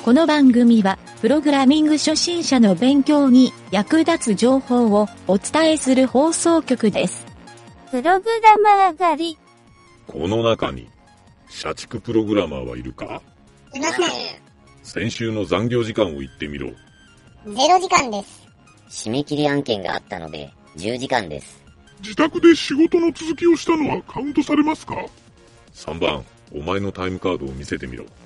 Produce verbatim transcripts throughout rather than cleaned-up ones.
この番組は、プログラミング初心者の勉強に役立つ情報をお伝えする放送局です。 プログラマー上がり。 この中に、社畜プログラマーはいるか？ いません。 先週の残業時間を言ってみろ。 ゼロじかんです。 締め切り案件があったので、じゅうじかんです。 自宅で仕事の続きをしたのはカウントされますか？ さんばん、お前のタイムカードを見せてみろ。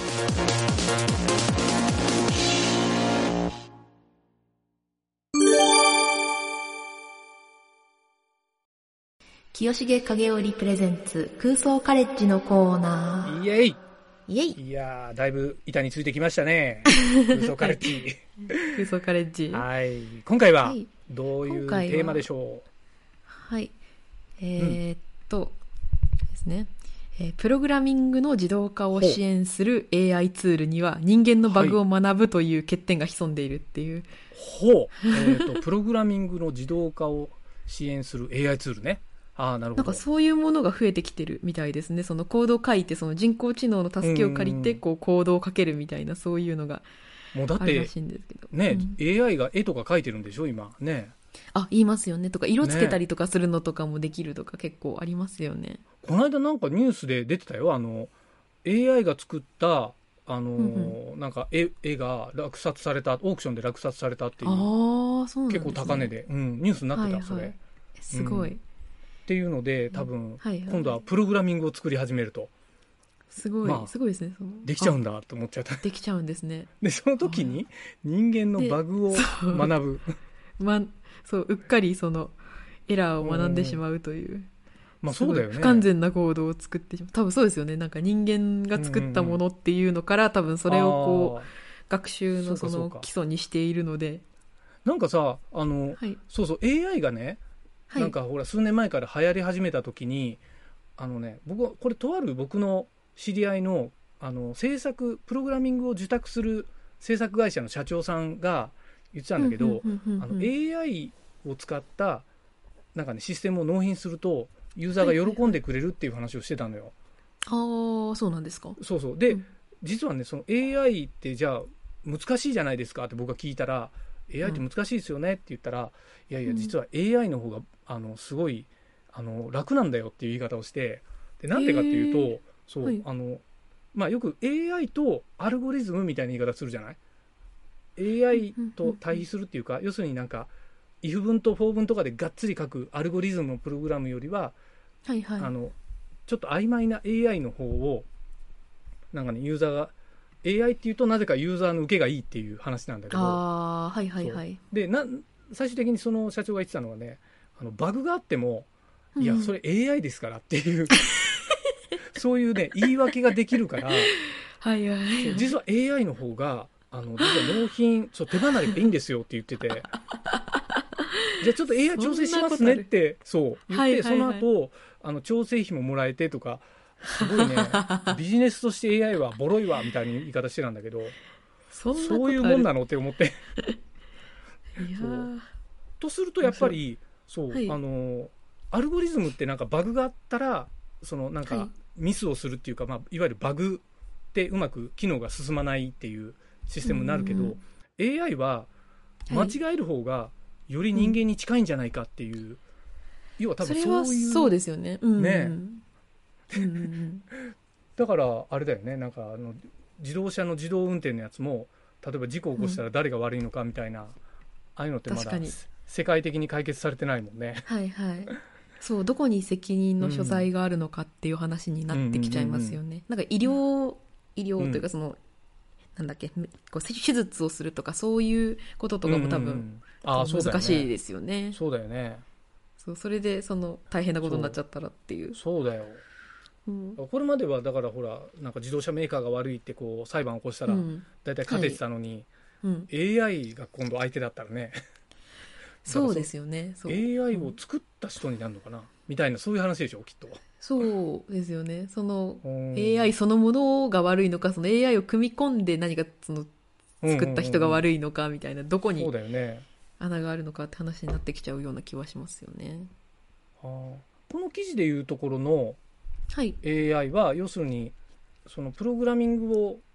清重影織プレゼンツ空想カレッジのコーナー。 イエイイエイ。 いやー、だいぶ板についてきましたね。空想カレッジ。 空想カレッジ。 はい。今回はどういうテーマでしょう？ はい。えー、っと、うん、ですね。えー、プログラミングの自動化を支援する エーアイ ツールには人間のバグを学ぶという欠点が潜んでいるっていう。 ほう。えー、と、プログラミングの自動化を支援する エーアイ ツールね。ああ、なるほど。 なんかそういうものが増えてきてるみたいですね。そのコードを書いて、その人工知能の助けを借りて、こうコードを書けるみたいな、そういうのがあるらしいんですけど。 ね、 うん、 エーアイ が絵とか描いてるんでしょ、今。ね。 あ、言いますよね。とか、色つけたりとかするのとかもできるとか結構ありますよね。 この間なんかニュースで出てたよ。あの、エーアイ が作った、あの、うんうん、なんか絵、絵が落札された、オークションで落札されたっていう。 ああ、そうなんですね。 結構高値で、うん、ニュースになってた、はいはい、それ。 すごい。うんっていうので多分、 はいはい、 今度はプログラミングを作り始めるとすごい、まあ、すごいですね。そのできちゃうんだと思っちゃったできちゃうんですね。 でその時に人間のバグを学ぶま、そううっかりそのエラーを学んでしまうという、 まあそうだよね、 不完全なコードを作ってしまう。多分そうですよね。なんか人間が作ったものっていうのから、うんうん、多分それをこう学習のその基礎にしているので、 なんかさあの、はい、そうそう エーアイ がねなんかほら数年前から流行り始めた時にあのね僕はこれとある僕の知り合いのあの制作プログラミングを受託する制作会社の社長さんが言ってたんだけど、あの エーアイ を使ったなんかねシステムを納品するとユーザーが喜んでくれるっていう話をしてたのよ。 はいはいはい、ああそうなんですか。 そうそうで、うん、実はねその エーアイ ってじゃあ難しいじゃないですかって僕が聞いたら、エーアイ って難しいですよねって言ったら、うん、いやいや実は エーアイ の方があのすごいあの楽なんだよっていう言い方をして、でなんでかっていうとそう、はい、あのまあ、よく エーアイ とアルゴリズムみたいな言い方するじゃない。 エーアイ と対比するっていうか、要するになんか if 文と for 文とかでがっつり書くアルゴリズムのプログラムよりは、 はいはい、 あのちょっと曖昧な エーアイ の方をなんかねユーザーが エーアイ っていうとなぜかユーザーの受けがいいっていう話なんだけど、 あ、はいはいはい、 でな最終的にその社長が言ってたのはね、あのバグがあっても、うん、いやそれ エーアイ ですからっていうそういうね言い訳ができるからはいはい、はい、 実は エーアイ の方があの実は納品そう手離れていいんですよって言っててじゃあちょっと エーアイ 調整しますねってそう言って、はいはいはい、その後あの調整費ももらえてとかすごいねビジネスとして エーアイ はボロいわみたいな言い方してたんだけど、 そんなそういうもんなのって思っていやとするとやっぱりそう、はい、あのアルゴリズムってなんかバグがあったらそのなんかミスをするっていうか、まあ、いわゆるバグってうまく機能が進まないっていうシステムになるけど、うんうん、エーアイ は間違える方がより人間に近いんじゃないかっていう、うん、要は多分そういうそうですよね、うんうん、 ね、 うんうん、 だからあれだよね、なんかあの自動車の自動運転のやつも例えば事故を起こしたら誰が悪いのかみたいな、うん、ああいうのってまだ世界的に解決されてないもんね。 はいはいそうどこに責任の所在があるのかっていう話になってきちゃいますよね、うんうんうんうん、なんか医療医療というかその、うん、なんだっけこう手術をするとかそういうこととかも多分、うんうん、あ難しいですよね。 そうだよね。 そうそれでその大変なことになっちゃったらっていう。 そう、そうだよ、うん、これまではだからほらなんか自動車メーカーが悪いってこう裁判を起こしたらだいたい勝ててたのに、はいうん、エーアイ が今度相手だったらねそうですよね。そうエーアイ を作った人になるのかな、うん、みたいなそういう話でしょきっと。 そうですよね。その エーアイ そのものが悪いのか、その エーアイ を組み込んで何かその作った人が悪いのかみたいな、どこに穴があるのかって話になってきちゃうような気はしますよね。 はあ、この記事でいうところの エーアイ は、はい、要するにそのプログラミングを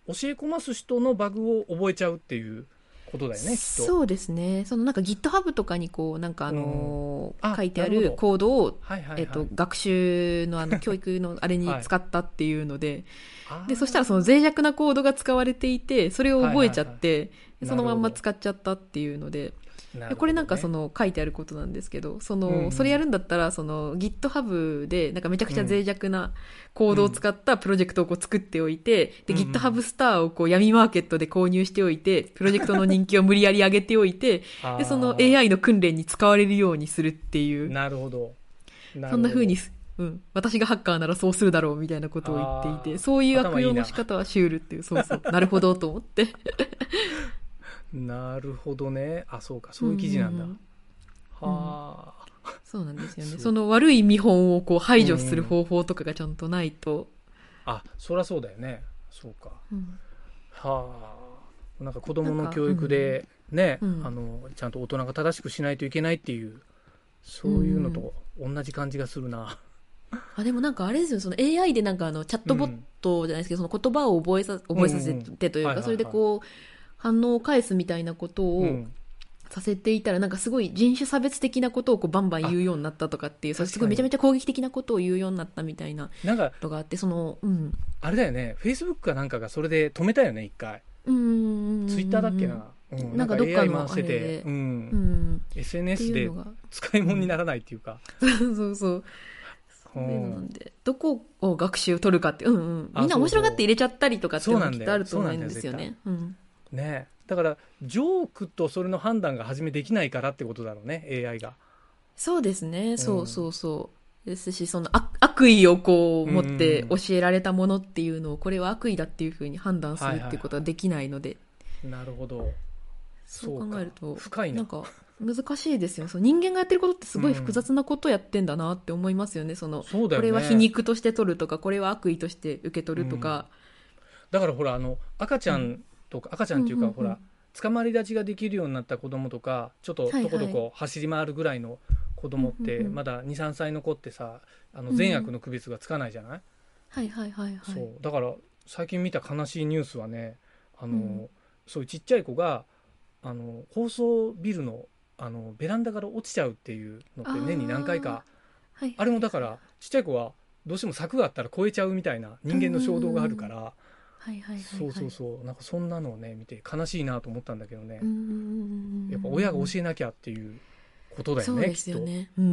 教え込ます人のバグを覚えちゃうっていうことだよね、きっと。 そうですね。そのなんか GitHub とかにこうなんかあのーうんあ書いてあなるほどるコードを、 はいはいはいえっと学習のあの教育のあれに使ったっていうので、 あーでそしたらその脆弱なコードが使われていて、それを覚えちゃって、 はいはいでそのまんま使っちゃったっていうので、 なるほどねこれなんかその書いてあることなんですけど、その、 うんうんそれやるんだったらその GitHub でなんかめちゃくちゃ脆弱なコードを使ったプロジェクトをこう作っておいて、でうんうん GitHub スターをこう闇マーケットで購入しておいて、プロジェクトの人気を無理やり上げておいて、 あーでその エーアイ の訓練に使われるようにするっていう、 なるほど。 そんな風にるうん、私がハッカーならそうするだろうみたいなことを言っていて、 あーそういう悪用の仕方はシュールっていう、そうそう、なるほどと思って。 ほどなるほどね。あ、そうか、そういう記事なんだ。 うんうんはあ、 そうなんですよね。 そうその悪い見本をこう排除する方法とかがちゃんとないと。 あ、そりゃそうだよね。そうか。 うんはあ、なんか子供の教育でね、 うんあのちゃんと大人が正しくしないといけないっていう、そういうのと同じ感じがするな。 あでもなんかあれですよ、その エーアイ でなんかあのチャットボットじゃないですけど、その言葉を覚えさ覚えさせてというか、 うんうんそれでこう反応を返すみたいなことをうんさせていたら、なんかすごい人種差別的なことをこうバンバン言うようになったとかっていう、それすごいめちゃめちゃ攻撃的なことを言うようになったみたいなこなんかとがあって、そのうんあれだよね、フェイスブックかなんかがそれで止めたよね、一回。 うんうんツイッターだっけな。うんなんかどっかのエーアイ 回してて、 あれでうんうんエスエヌってエス でいうのが使い物にならないっていうか。 そうそうそうそういうのなんで、どこを学習を取るかって、うんうん、みんな面白がって入れちゃったりとかっていうのもきっとあると思うんですよね。うんね、だからジョークとそれの判断が初めできないからってことだろうね、 エーアイ が。 そうですね、そうそうそうですし、その悪悪意をこう持って教えられたものっていうのを、これは悪意だっていうふうに判断するっていうことはできないので、 なるほど。 そう考えると深いな。 なんか難しいですよね。その人間がやってることってすごい複雑なことをやってんだなって思いますよね。そのそうだよね、 これは皮肉として取るとか、これは悪意として受け取るとか、 だからほら、あの赤ちゃんとか、赤ちゃんっていうか、 うんうんうんほら捕まり立ちができるようになった子供とか、ちょっとはいはいどこどこ走り回るぐらいの子供って、 うんうんうんまだにさんさいの子ってさ、あの善悪の区別がつかないじゃない、 はいはいはいはい。 そうだから最近見た悲しいニュースはね、あの、 うんそういうちっちゃい子があの高層ビルのあのベランダから落ちちゃうっていうのって年に何回か、 はいはい、 あれもだからちっちゃい子はどうしても柵があったら越えちゃうみたいな人間の衝動があるから、 はいはいはいはい、 そうそうそう、なんかそんなのをね見て悲しいなと思ったんだけどね、 うんうんうんうん、 やっぱ親が教えなきゃっていうことだよね、 そうですよね、 きっと、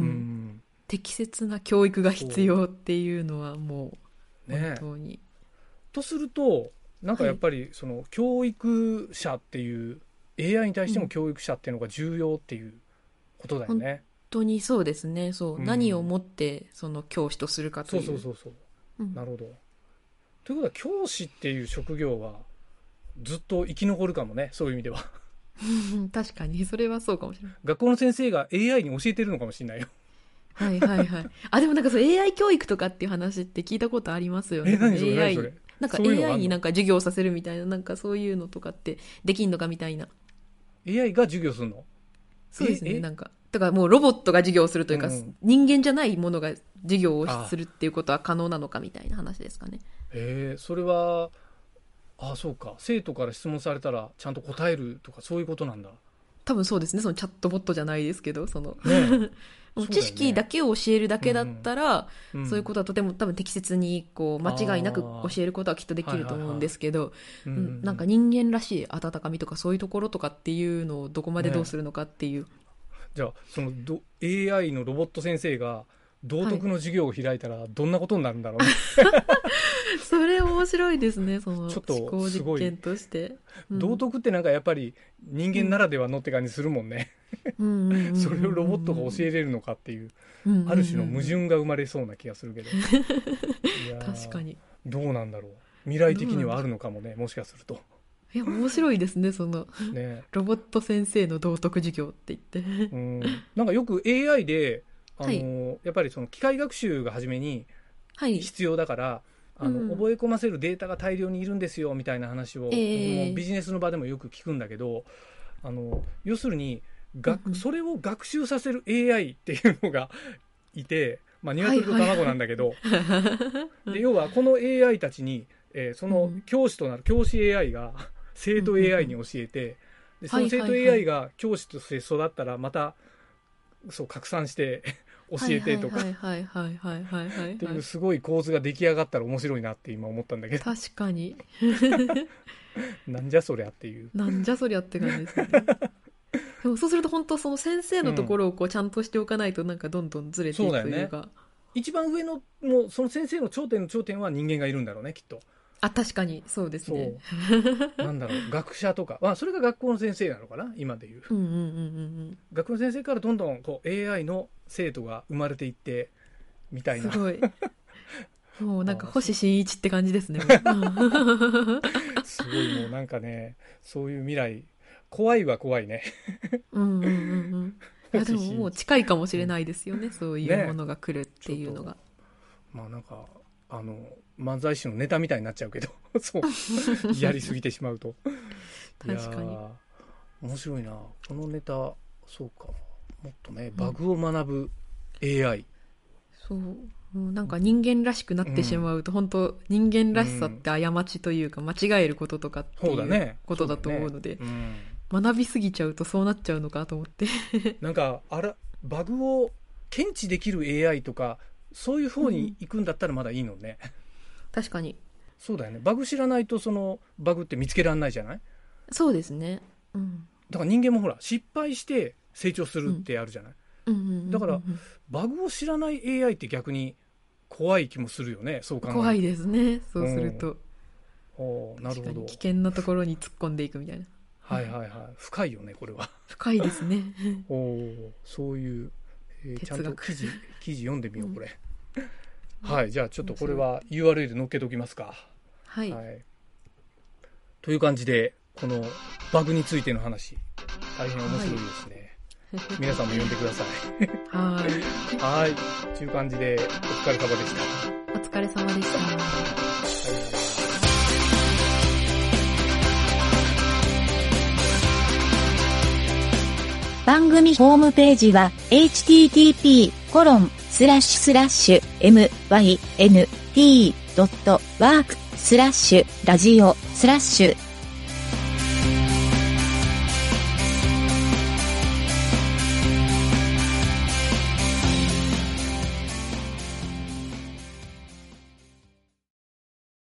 うんうん、 適切な教育が必要っていうのはもうね本当に、 とするとなんかやっぱりその教育者っていう、エーアイ に対しても教育者っていうのが重要っていうことだよね、 本当にそうですね、そう、 うん、 何をもってその教師とするかという、 そうそうそうそう、 うん、 なるほど。ということは教師っていう職業はずっと生き残るかもね、そういう意味では確かにそれはそうかもしれない。 学校の先生が エーアイ に教えてるのかもしれないよはいはいはい。あ、でもなんかそう エーアイ 教育とかっていう話って聞いたことありますよね。 え、何それエーアイ何それなんかそういうのがあんエーアイのになんか授業させるみたいな、なんかそういうのとかってできんのかみたいな。 エーアイ が授業するの？ そうですね、 ええなんか。だからもうロボットが授業するというか、 うん、 人間じゃないものが授業をするっていうことは可能なのかみたいな話ですかね。 へえ、それは、あ、そうか、生徒から質問されたらちゃんと答えるとかそういうことなんだ。 多分そうですね、そのチャットボットじゃないですけど、その、 ねもう知識だけを教えるだけだったら、 うんうん、 そういうことはとても多分適切にこう間違いなく教えることはきっとできると思うんですけど、なんか人間らしい温かみとかそういうところとかっていうのをどこまでどうするのかっていう、ね、 じゃあそのど エーアイ のロボット先生が道徳の授業を開いたらどんなことになるんだろうね、 はい、それ面白いですね、そのちょっと思考実験として、 うん、道徳ってなんかやっぱり人間ならではのって感じするもんね、うん、それをロボットが教えれるのかっていう、うんうんうん、ある種の矛盾が生まれそうな気がするけどいや確かにどうなんだろう、未来的にはあるのかもね、もしかすると。 いや面白いですね、その、ね、ロボット先生の道徳授業って言って、 うん、なんかよく エーアイ であの、はい、やっぱりその機械学習が初めに必要だから、はい、あの、うん、覚え込ませるデータが大量にいるんですよみたいな話を、えー、もうビジネスの場でもよく聞くんだけど、あの要するに学それを学習させる エーアイ っていうのがいて、まあ、鶏と卵なんだけど、はいはいはい、で要はこの エーアイ たちにえー、その教師となる教師 エーアイ が生徒 エーアイ に教えて、でその生徒 エーアイ が教師として育ったらまたそう拡散して教えてとかっていうすごい構図が出来上がったら面白いなって今思ったんだけど、 確かになんじゃそりゃっていうなんじゃそりゃって感じですねでもそうすると本当その先生のところをこうちゃんとしておかないとなんかどんどんずれていくというか、 そうだよね、一番上のもうその先生の頂点の頂点は人間がいるんだろうねきっと。 あ、確かにそうですね。 そうなんだろう学者とか、まあ、それが学校の先生なのかな今でいう、 うんうんうんうん、 学校の先生からどんどんこう エーアイ の生徒が生まれていってみたいな、 すごいもうなんか星新一って感じですねすごいもうなんかねそういう未来怖いは怖いねうんうんうんうんいやでももう近いかもしれないですよね、そういうものが来るっていうのが、ね、 まあなんかあの漫才師のネタみたいになっちゃうけどそうやりすぎてしまうと確かに面白いなこのネタ。そうかもっとねバグを学ぶ エーアイ、 うん、そうもうなんか人間らしくなってしまうと、うん、本当人間らしさって過ちというか間違えることとかっていうことだと思うので、うん、学びすぎちゃうとそうなっちゃうのかと思ってなんかあらバグを検知できる エーアイ とかそういう方に行くんだったらまだいいのね、うん、 確かにそうだよね。バグ知らないとそのバグって見つけられないじゃない。 そうですね、うん、 だから人間もほら失敗して成長するってあるじゃない、うんうんうんうん、だからバグを知らない エーアイって逆に怖い気もするよね。そう考えると怖いですね。そうすると、 うん、おなるほど。 危険なところに突っ込んでいくみたいな。 はいはいはい、深いよねこれは。 深いですねおそういう、えー、ちゃんと記事記事読んでみようこれ、うん、はい。じゃあちょっとこれは ユーアールエル 載っけときますか。 はい、はい、 という感じでこのバグについての話大変面白いですね、はい、皆さんも読んでくださいはいはいという感じでお疲れ様でした。 お疲れ様でした、はい。 番組ホームページは エイチティーティーピーコロンスラッシュスラッシュエムワイエヌティードットワークスラッシュラジオスラッシュ